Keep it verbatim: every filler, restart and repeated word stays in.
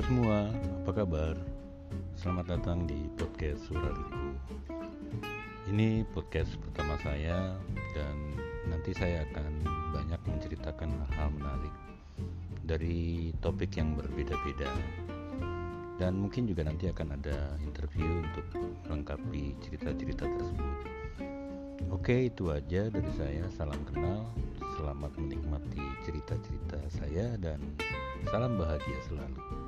semua, apa kabar? Selamat datang di podcast Surariku. Ini podcast pertama saya dan nanti saya akan banyak menceritakan hal-hal menarik dari topik yang berbeda-beda. Dan mungkin juga nanti akan ada interview untuk melengkapi cerita-cerita tersebut. Oke, itu aja dari saya. Salam kenal, selamat menikmati cerita-cerita saya dan salam bahagia selalu.